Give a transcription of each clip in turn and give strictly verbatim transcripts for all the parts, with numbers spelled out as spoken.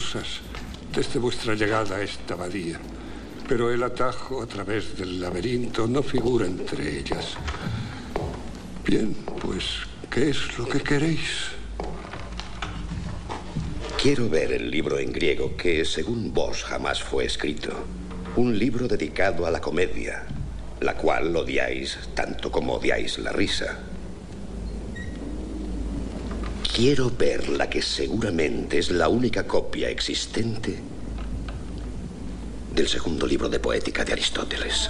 cosas desde vuestra llegada a esta abadía, pero el atajo a través del laberinto no figura entre ellas. Bien, pues, ¿qué es lo que queréis? Quiero ver el libro en griego que, según vos, jamás fue escrito. Un libro dedicado a la comedia, la cual odiáis tanto como odiáis la risa. Quiero ver la que seguramente es la única copia existente del segundo libro de poética de Aristóteles.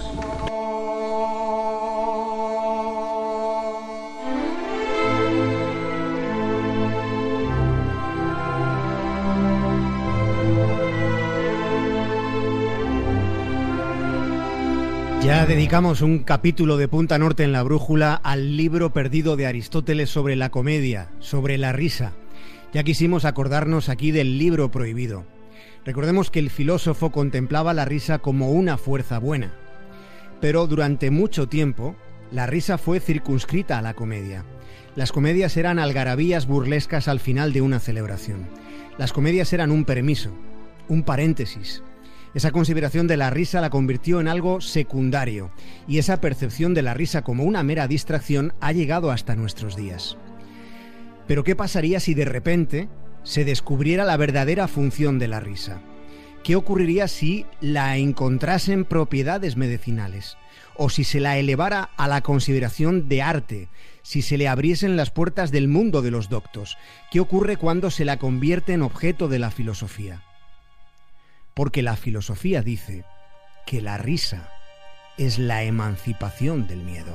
Ya dedicamos un capítulo de Punta Norte en la Brújula al libro perdido de Aristóteles sobre la comedia, sobre la risa. Ya quisimos acordarnos aquí del libro prohibido. Recordemos que el filósofo contemplaba la risa como una fuerza buena. Pero durante mucho tiempo, la risa fue circunscrita a la comedia. Las comedias eran algarabías burlescas al final de una celebración. Las comedias eran un permiso, un paréntesis. Esa consideración de la risa la convirtió en algo secundario, y esa percepción de la risa como una mera distracción ha llegado hasta nuestros días. Pero ¿qué pasaría si de repente se descubriera la verdadera función de la risa? ¿Qué ocurriría si la encontrasen propiedades medicinales? ¿O si se la elevara a la consideración de arte? ¿Si se le abriesen las puertas del mundo de los doctos? ¿Qué ocurre cuando se la convierte en objeto de la filosofía? Porque la filosofía dice que la risa es la emancipación del miedo.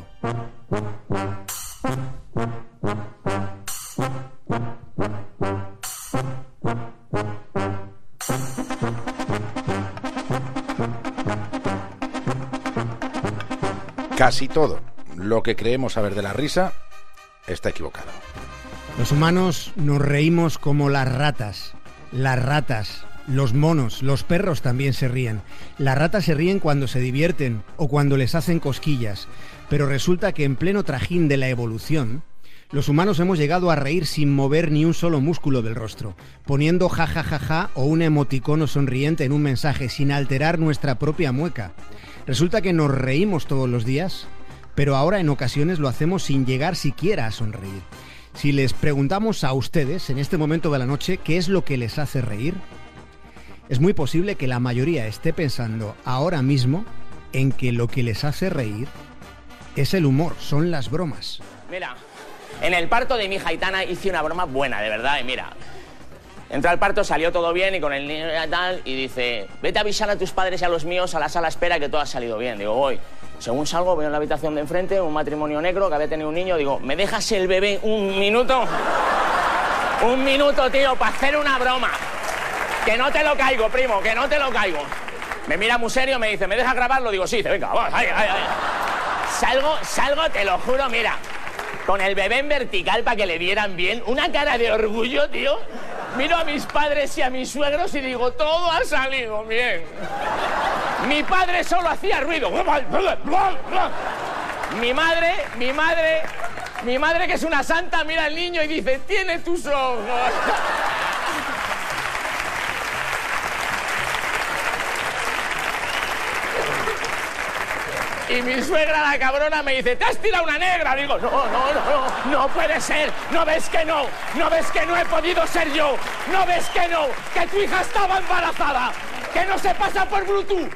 Casi todo lo que creemos saber de la risa está equivocado. Los humanos nos reímos como las ratas. Las ratas, los monos, los perros también se ríen. Las ratas se ríen cuando se divierten o cuando les hacen cosquillas. Pero resulta que en pleno trajín de la evolución, los humanos hemos llegado a reír sin mover ni un solo músculo del rostro, poniendo ja ja ja ja o un emoticono sonriente en un mensaje sin alterar nuestra propia mueca. Resulta que nos reímos todos los días, pero ahora en ocasiones lo hacemos sin llegar siquiera a sonreír. Si les preguntamos a ustedes en este momento de la noche qué es lo que les hace reír, es muy posible que la mayoría esté pensando ahora mismo en que lo que les hace reír es el humor, son las bromas. Mira, en el parto de mi hija Aitana hice una broma buena, de verdad, y mira, entró al parto, salió todo bien y con el niño y tal, y dice, vete a avisar a tus padres y a los míos a la sala espera que todo ha salido bien. Digo, voy. Según salgo, veo en la habitación de enfrente un matrimonio negro que había tenido un niño, digo, ¿me dejas el bebé un minuto? Un minuto, tío, para hacer una broma. Que no te lo caigo, primo, que no te lo caigo. Me mira muy serio, me dice, ¿me dejas grabarlo? Digo, sí, dice, venga, vamos, ahí, ahí, ahí. Salgo, salgo, te lo juro, mira, con el bebé en vertical para que le vieran bien, una cara de orgullo, tío. Miro a mis padres y a mis suegros y digo, todo ha salido bien. Mi padre solo hacía ruido. Mi madre, mi madre, mi madre que es una santa, mira al niño y dice, tiene tus ojos. Y mi suegra, la cabrona, me dice, ¿te has tirado una negra? Digo, no, no, no, no, no puede ser. ¿No ves que no? ¿No ves que no he podido ser yo? ¿No ves que no? Que tu hija estaba embarazada. Que no se pasa por Bluetooth.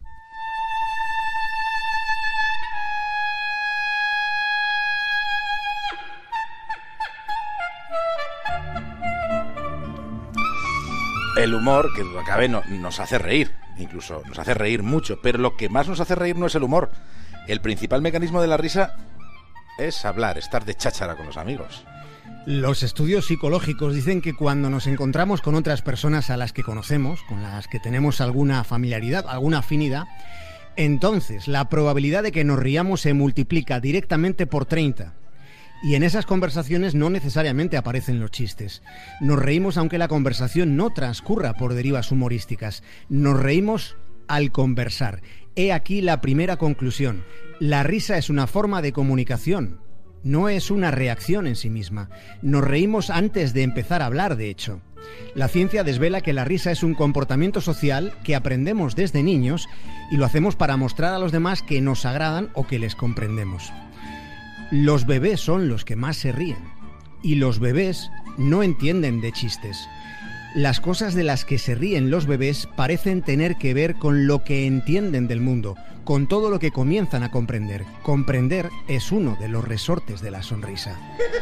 El humor, que duda cabe, no, nos hace reír. Incluso nos hace reír mucho, pero lo que más nos hace reír no es el humor. El principal mecanismo de la risa es hablar, estar de cháchara con los amigos. Los estudios psicológicos dicen que cuando nos encontramos con otras personas a las que conocemos, con las que tenemos alguna familiaridad, alguna afinidad, entonces la probabilidad de que nos riamos se multiplica directamente por treinta. Y en esas conversaciones no necesariamente aparecen los chistes. Nos reímos aunque la conversación no transcurra por derivas humorísticas. Nos reímos al conversar. He aquí la primera conclusión. La risa es una forma de comunicación. No es una reacción en sí misma. Nos reímos antes de empezar a hablar, de hecho. La ciencia desvela que la risa es un comportamiento social que aprendemos desde niños y lo hacemos para mostrar a los demás que nos agradan o que les comprendemos. Los bebés son los que más se ríen y los bebés no entienden de chistes. Las cosas de las que se ríen los bebés parecen tener que ver con lo que entienden del mundo, con todo lo que comienzan a comprender. Comprender es uno de los resortes de la sonrisa.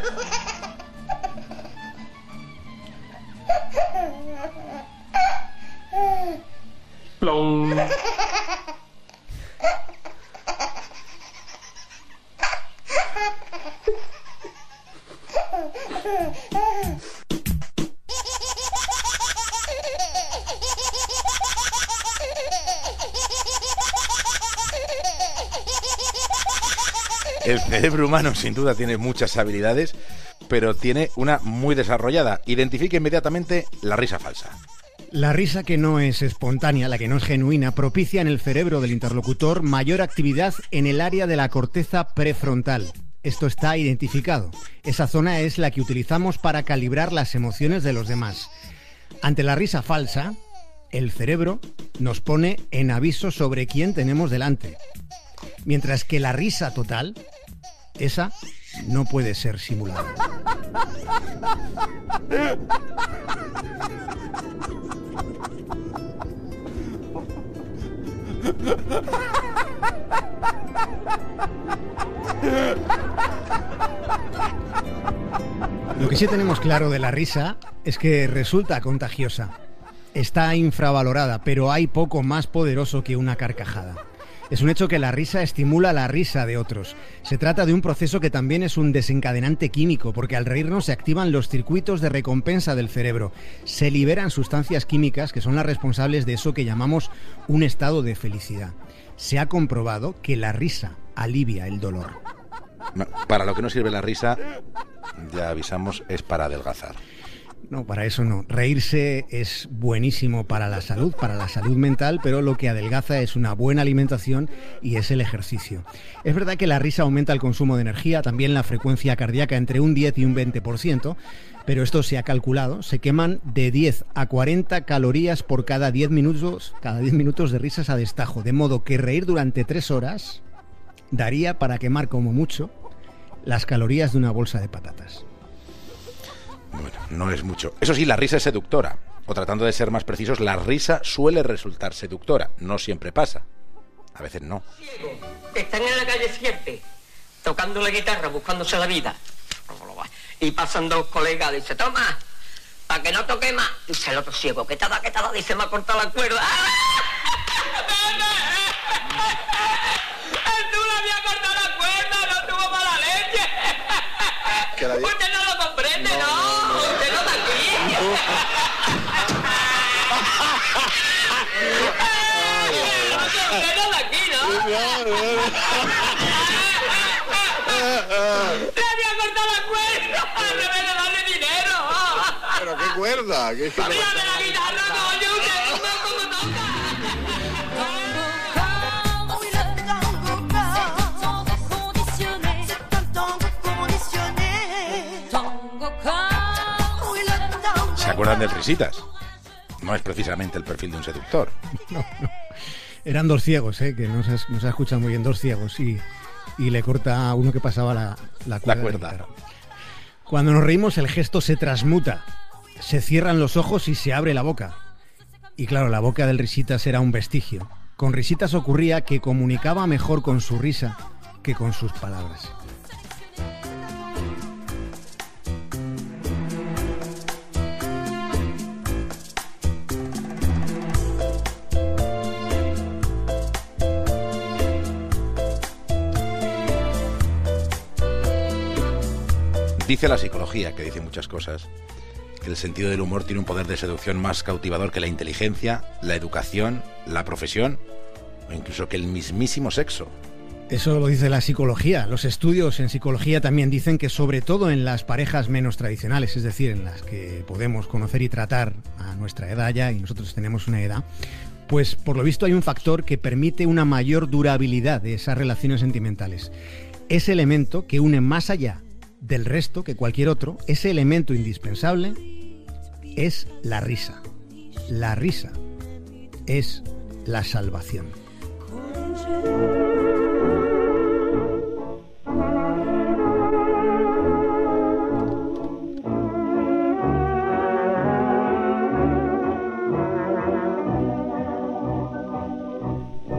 Plom. El cerebro humano sin duda tiene muchas habilidades, pero tiene una muy desarrollada. Identifica inmediatamente la risa falsa. La risa que no es espontánea, la que no es genuina, propicia en el cerebro del interlocutor mayor actividad en el área de la corteza prefrontal. Esto está identificado. Esa zona es la que utilizamos para calibrar las emociones de los demás. Ante la risa falsa, el cerebro nos pone en aviso sobre quién tenemos delante. Mientras que la risa total, esa no puede ser simulada. Lo que sí tenemos claro de la risa es que resulta contagiosa. Está infravalorada, pero hay poco más poderoso que una carcajada. Es un hecho que la risa estimula la risa de otros. Se trata de un proceso que también es un desencadenante químico, porque al reírnos se activan los circuitos de recompensa del cerebro. Se liberan sustancias químicas que son las responsables de eso que llamamos un estado de felicidad. Se ha comprobado que la risa alivia el dolor. No, para lo que no sirve la risa, ya avisamos, es para adelgazar. No, para eso no. Reírse es buenísimo para la salud, para la salud mental, pero lo que adelgaza es una buena alimentación y es el ejercicio. Es verdad que la risa aumenta el consumo de energía, también la frecuencia cardíaca entre un diez y un veinte por ciento, pero esto se ha calculado, se queman de diez a cuarenta calorías por cada diez minutos, cada diez minutos de risas a destajo, de modo que reír durante tres horas daría para quemar como mucho las calorías de una bolsa de patatas. Bueno, no es mucho. Eso sí, la risa es seductora. O tratando de ser más precisos, la risa suele resultar seductora. No siempre pasa. A veces no. Están en la calle siete, tocando la guitarra, buscándose la vida. Y pasan dos colegas, dice, toma, para que no toque más. Dice el otro ciego, ¿qué tal, qué tal? Dice, me ha cortado la cuerda. ¡Tú le habías cortado la cuerda! ¡No tuvo mala leche! Que la... Usted no lo comprende, ¿no? no, no. Usted no está aquí. Usted no está aquí, ¿no? ¡Le había cortado la cuerda! ¡Debe de darle dinero! ¿Pero qué cuerda? ¿Qué... ¡Mira de la guitarra, coño! ¡Usted no cómo toca! ¿Se acuerdan del Risitas? No es precisamente el perfil de un seductor. No, no. Eran dos ciegos, ¿eh? Que no se, no se escuchan muy bien, dos ciegos. Y, y le corta a uno que pasaba la, la cuerda. La cuerda. Cuando nos reímos, el gesto se transmuta. Se cierran los ojos y se abre la boca. Y claro, la boca del Risitas era un vestigio. Con Risitas ocurría que comunicaba mejor con su risa que con sus palabras. Dice la psicología, que dice muchas cosas, que el sentido del humor tiene un poder de seducción más cautivador que la inteligencia, la educación, la profesión o incluso que el mismísimo sexo. Eso lo dice la psicología. Los estudios en psicología también dicen que sobre todo en las parejas menos tradicionales, es decir, en las que podemos conocer y tratar a nuestra edad ya, y nosotros tenemos una edad, pues por lo visto hay un factor que permite una mayor durabilidad de esas relaciones sentimentales. Ese elemento que une más allá del resto que cualquier otro, ese elemento indispensable es la risa. La risa es la salvación.